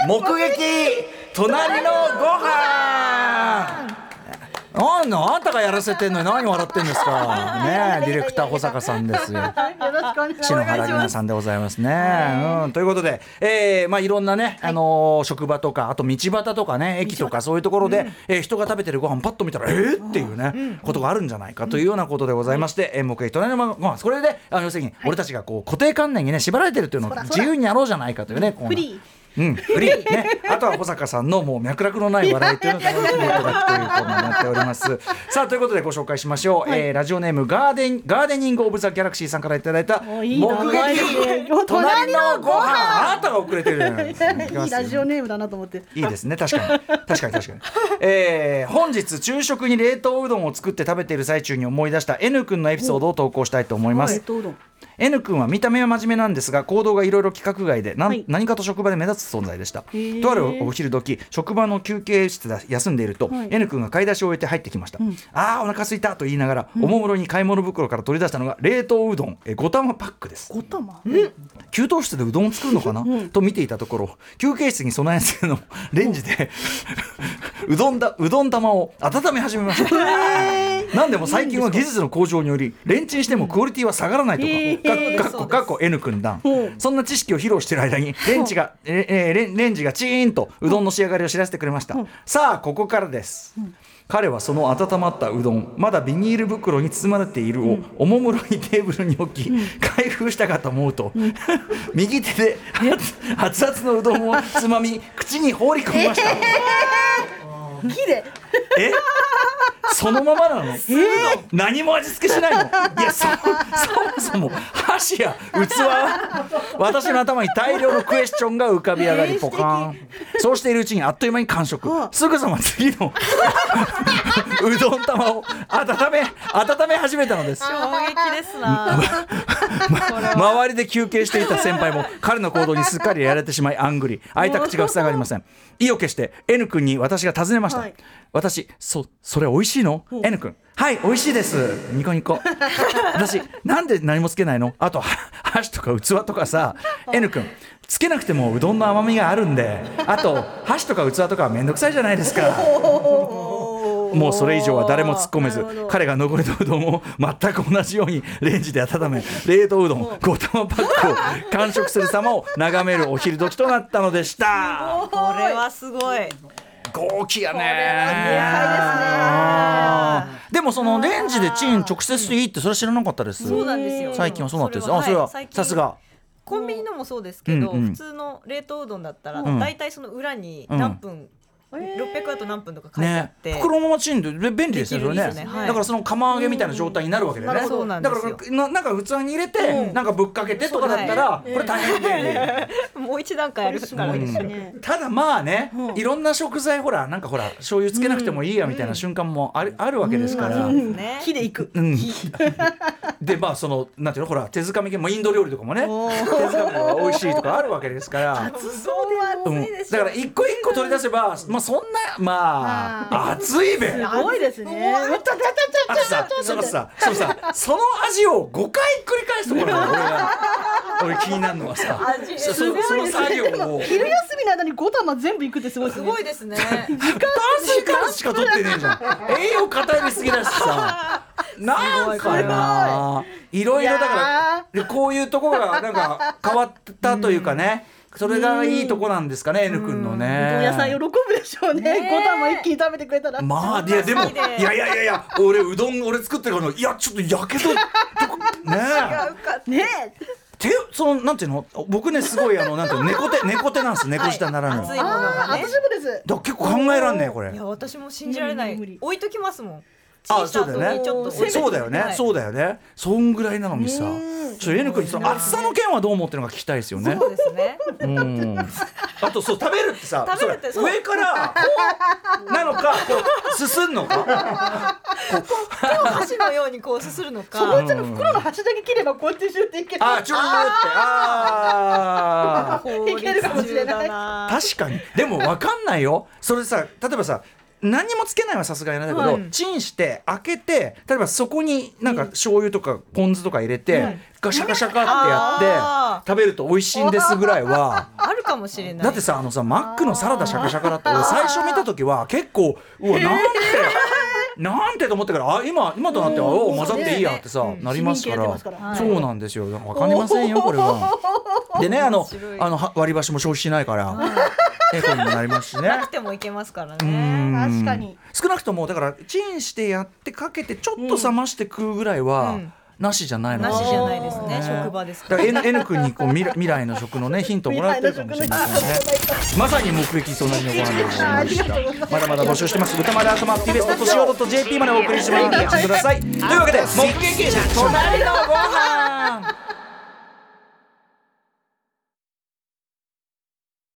目撃隣のご飯。あんたがやらせてんのに何笑ってんですかね。ディレクター保坂さんですよ。 よろしくお願いします。 篠原里奈さんでございますね、ということで、いろんなね、職場とかあと道端とかね駅とかそういうところで、人が食べてるご飯パッと見たらっていうね、ことがあるんじゃないかというようなことでございまして、目撃隣のご飯、それで要するに俺たちがこう固定観念にね縛られてるっていうのを自由にやろうじゃないかというね、 フリーフリーね。あとは保坂さんのもう脈絡のない笑いというのを楽しんでいただくというコーナーになっておりますさあということでご紹介しましょう、ラジオネームガーデニングオブザギャラクシーさんからいただいた目撃隣のご飯。あなたが遅れてるじゃないですか。 いいラジオネームだなと思って。 いいですね、確かに本日昼食に冷凍うどんを作って食べている最中に思い出した N 君のエピソードを投稿したいと思います。N 君は見た目は真面目なんですが行動がいろいろ規格外で何かと職場で目立つ存在でした。とあるお昼時職場の休憩室で休んでいると、N 君が買い出しを終えて入ってきました。あーお腹空いたと言いながら、おもむろに買い物袋から取り出したのが冷凍うどん5玉パックです。 5玉、 給湯室でうどんを作るのかな、と見ていたところ休憩室に備え付けのレンジでうどん玉を温め始めました。なんでも最近は技術の向上によりレンチンしてもクオリティは下がらないとか、N 君団、そんな知識を披露している間にレンジがチーンとうどんの仕上がりを知らせてくれました。さあここからです。彼はその温まったうどんまだビニール袋に包まれているをおもむろにテーブルに置き、開封したかと思うと、右手で熱々のうどんをつまみ口に放り込みました。 木でそのままなの？何も味付けしないの？いやそもそも箸や器は私の頭に大量のクエスチョンが浮かび上がりポカーン。そうしているうちにあっという間に完食。すぐさま次のうどん玉を温め始めたのです。 衝撃ですな。 周りで休憩していた先輩も彼の行動にすっかりやられてしまいあんぐり。開いた口が塞がりません。意を決して N 君に私が尋ねました。私それ美味しいの？ N 君はい美味しいですニコニコ。私なんで何もつけないの？あと箸とか器とかさ。N 君つけなくてもうどんの甘みがあるんで、あと箸とか器とかはめんどくさいじゃないですか。もうそれ以上は誰も突っ込めず、彼が残りのうどんを全く同じようにレンジで温め冷凍うどん5玉パックを完食する様を眺めるお昼時となったのでした。 これはすごい豪気やね。 でもそのレンジでチン直接していいってそれは知らなかったです。 そうなんですよ。 最近はそうなってるんです。それはさすが。 コンビニのもそうですけど、普通の冷凍うどんだったらだいたいその裏に何分600あと何分とか書いてあって、 袋のままチンで便利ですねそれね。だからその釜揚げみたいな状態になるわけだよね。だからなんか器に入れてなんかぶっかけてとかだったらこれ大変でもう一段階あるからですね。 ただまあね、いろんな食材なんか醤油つけなくてもいいやみたいな瞬間もあるわけですから、 火でいく。 でまあそのなんていうの手づかみ系もインド料理とかもね手づかみが美味しいとかあるわけですから。だから一個一個取り出せばそんな熱いべ。 すごいですね。 あとさその味を5回繰り返すところが俺気になるのはさ、その作業を昼休みの間に5玉全部いくってすごいですね。 すごいですね。 炭水化物しか取ってねえじゃん。栄養偏りすぎだしさ、なんかないろいろだからこういうとこがなんか変わったというかね。それがいいとこなんですかね、N 君のね。 うどん屋さん喜ぶでしょうね。5玉一気に食べてくれたら。 まあいやでもいや俺うどん作ってるからいやちょっとやけどねそのなんていうの僕ねすごいなんていうの猫手なんです。猫舌ならぬ。 熱いものがね。 私もです。 だから結構考えらんねえこれ。 いや私も信じられない。置いときますもん。 そうだよね。そうだよね。そんぐらいなのにさ、N 君にその厚さの件はどう思ってるのか聞きたいですよね。 そうですね。 あと食べるってさ、上からなのかすすんのか、 手を箸のようにすするのか。 そのうちの袋の端だけ切ればこうやってシュっていける。 ちょっていけるかもしれない。 確かに。でも分かんないよ。それさ例えばさ何にもつけないはさすがにあれだけど、 はいチンして開けて例えばそこになんか醤油とかポン酢とか入れて、ガシャガシャカってやって食べると美味しいんですぐらいはあるかもしれない。 だってさマックのサラダシャカシャカだって俺最初見た時は結構うわなんてと思ったから今となっては混ざっていいやってさ、なりますから、そうなんですよ。わかりませんよこれは。でね割り箸も消費しないから。こういうのになりますしね。 なくてもいけますからね。 確かに。 少なくともだからチンしてやってかけてちょっと冷まして食うぐらいは、なしじゃないのかなしじゃないですね。職場ですから。 だから N 君にこう未来の食のねヒントをもらってるかもしれませんね。まさに目撃隣のご飯でございました。まだまだ募集してます。歌丸@tbs.co.jp までお送りします。ください。というわけで目撃隣のご飯。